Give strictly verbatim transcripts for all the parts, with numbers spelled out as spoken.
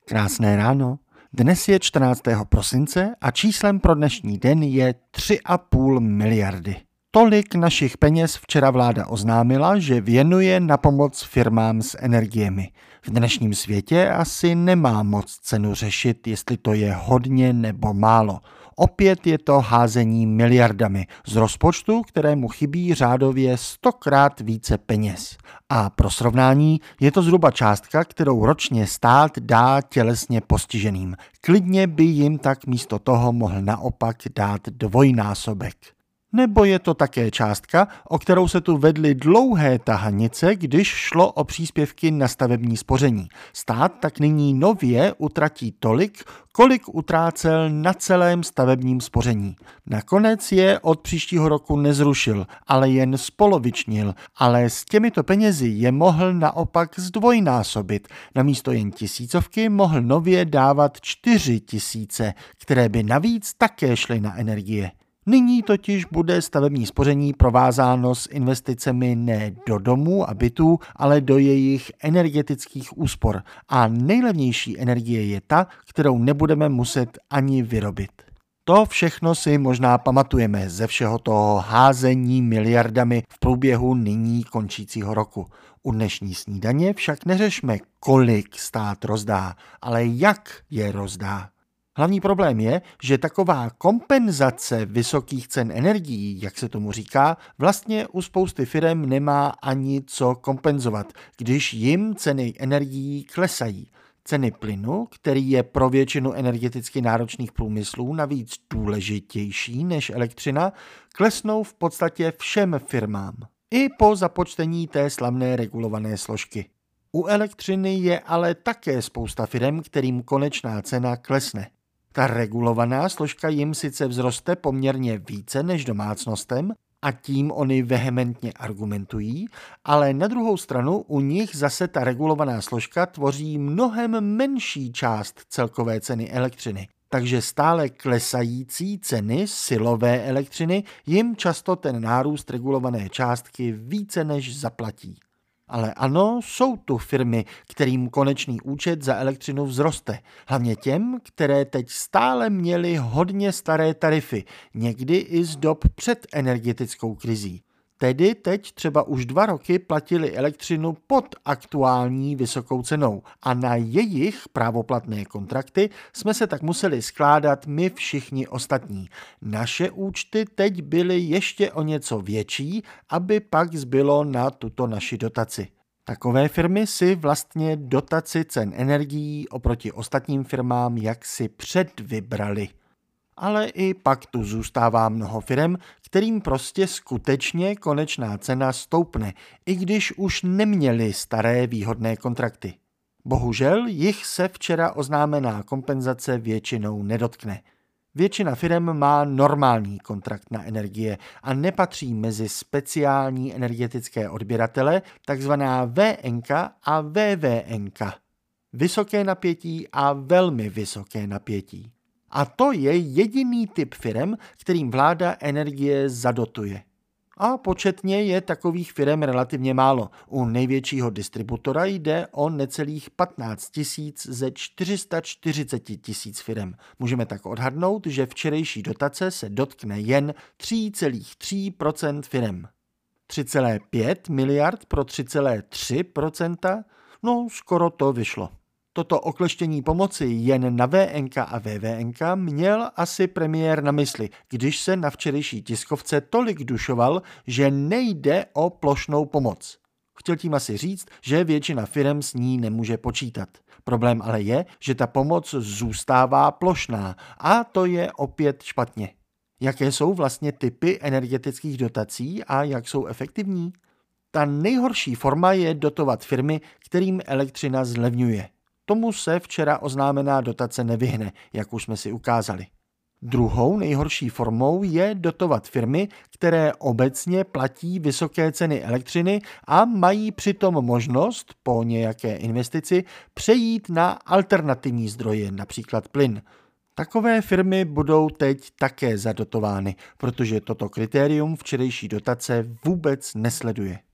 Krásné ráno. Dnes je čtrnáctého prosince a číslem pro dnešní den je tři a půl miliardy. Tolik našich peněz včera vláda oznámila, že věnuje na pomoc firmám s energiemi. V dnešním světě asi nemá moc cenu řešit, jestli to je hodně nebo málo. Opět je to házení miliardami z rozpočtu, kterému chybí řádově stokrát více peněz. A pro srovnání je to zhruba částka, kterou ročně stát dá tělesně postiženým. Klidně by jim tak místo toho mohl naopak dát dvojnásobek. Nebo je to také částka, o kterou se tu vedly dlouhé tahanice, když šlo o příspěvky na stavební spoření. Stát tak nyní nově utratí tolik, kolik utrácel na celém stavebním spoření. Nakonec je od příštího roku nezrušil, ale jen spolovičnil, ale s těmito penězi je mohl naopak zdvojnásobit. Namísto jen tisícovky mohl nově dávat čtyři tisíce, které by navíc také šly na energie. Nyní totiž bude stavební spoření provázáno s investicemi ne do domů a bytů, ale do jejich energetických úspor. A nejlevnější energie je ta, kterou nebudeme muset ani vyrobit. To všechno si možná pamatujeme ze všeho toho házení miliardami v průběhu nyní končícího roku. U dnešní snídaně však neřešme, kolik stát rozdá, ale jak je rozdá. Hlavní problém je, že taková kompenzace vysokých cen energií, jak se tomu říká, vlastně u spousty firem nemá ani co kompenzovat, když jim ceny energií klesají. Ceny plynu, který je pro většinu energeticky náročných průmyslů navíc důležitější než elektřina, klesnou v podstatě všem firmám. I po započtení té slavné regulované složky. U elektřiny je ale také spousta firem, kterým konečná cena klesne. Ta regulovaná složka jim sice vzroste poměrně více než domácnostem a tím oni vehementně argumentují, ale na druhou stranu u nich zase ta regulovaná složka tvoří mnohem menší část celkové ceny elektřiny. Takže stále klesající ceny silové elektřiny jim často ten nárůst regulované částky více než zaplatí. Ale ano, jsou tu firmy, kterým konečný účet za elektřinu vzroste. Hlavně těm, které teď stále měly hodně staré tarify, někdy i z dob před energetickou krizí. Tedy teď třeba už dva roky platili elektřinu pod aktuální vysokou cenou a na jejich právoplatné kontrakty jsme se tak museli skládat my všichni ostatní. Naše účty teď byly ještě o něco větší, aby pak zbylo na tuto naši dotaci. Takové firmy si vlastně dotaci cen energií oproti ostatním firmám jaksi předvybrali. Ale i pak tu zůstává mnoho firem, kterým prostě skutečně konečná cena stoupne, i když už neměli staré výhodné kontrakty. Bohužel jich se včera oznámená kompenzace většinou nedotkne. Většina firem má normální kontrakt na energie a nepatří mezi speciální energetické odběratele, takzvaná V N K a V V N K. Vysoké napětí a velmi vysoké napětí. A to je jediný typ firem, kterým vláda energie zadotuje. A početně je takových firem relativně málo. U největšího distributora jde o necelých patnáct tisíc ze čtyři sta čtyřicet tisíc firem. Můžeme tak odhadnout, že včerejší dotace se dotkne jen tři celá tři procenta firem. tři celá pět miliard pro tři celá tři procenta? No, skoro to vyšlo. Toto okleštění pomoci jen na V N K a V V N K měl asi premiér na mysli, když se na včerejší tiskovce tolik dušoval, že nejde o plošnou pomoc. Chtěl tím asi říct, že většina firem s ní nemůže počítat. Problém ale je, že ta pomoc zůstává plošná a to je opět špatně. Jaké jsou vlastně typy energetických dotací a jak jsou efektivní? Ta nejhorší forma je dotovat firmy, kterým elektřina zlevňuje. Tomu se včera oznámená dotace nevyhne, jak už jsme si ukázali. Druhou nejhorší formou je dotovat firmy, které obecně platí vysoké ceny elektřiny a mají přitom možnost po nějaké investici přejít na alternativní zdroje, například plyn. Takové firmy budou teď také zadotovány, protože toto kritérium včerejší dotace vůbec nesleduje.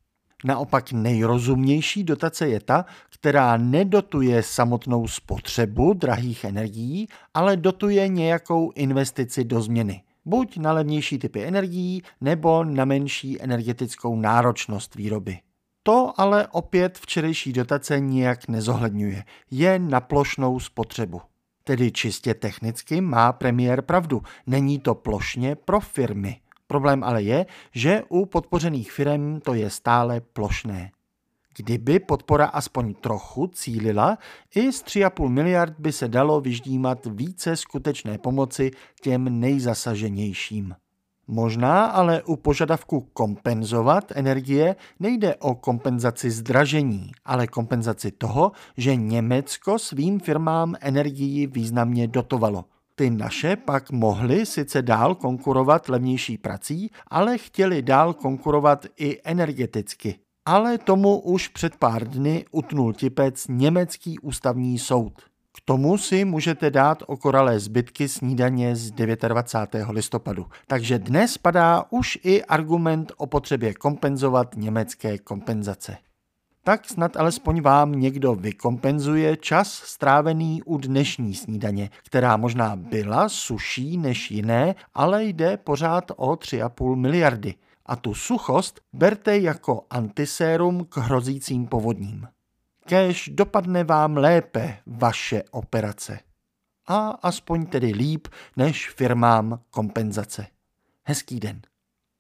Naopak nejrozumnější dotace je ta, která nedotuje samotnou spotřebu drahých energií, ale dotuje nějakou investici do změny. Buď na levnější typy energií, nebo na menší energetickou náročnost výroby. To ale opět včerejší dotace nijak nezohledňuje, je na plošnou spotřebu. Tedy čistě technicky má premiér pravdu, není to plošně pro firmy. Problém ale je, že u podpořených firem to je stále plošné. Kdyby podpora aspoň trochu cílila, i z tři a půl miliard by se dalo vyždímat více skutečné pomoci těm nejzasaženějším. Možná ale u požadavku kompenzovat energie nejde o kompenzaci zdražení, ale kompenzaci toho, že Německo svým firmám energii významně dotovalo. Ty naše pak mohly sice dál konkurovat levnější prací, ale chtěli dál konkurovat i energeticky. Ale tomu už před pár dny utnul tipec německý ústavní soud. K tomu si můžete dát okoralé zbytky snídaně z dvacátého devátého listopadu. Takže dnes padá už i argument o potřebě kompenzovat německé kompenzace. Tak snad alespoň vám někdo vykompenzuje čas strávený u dnešní snídaně, která možná byla suší než jiné, ale jde pořád o tři a půl miliardy. A tu suchost berte jako antisérum k hrozícím povodním. Kéž dopadne vám lépe vaše operace. A aspoň tedy líp než firmám kompenzace. Hezký den.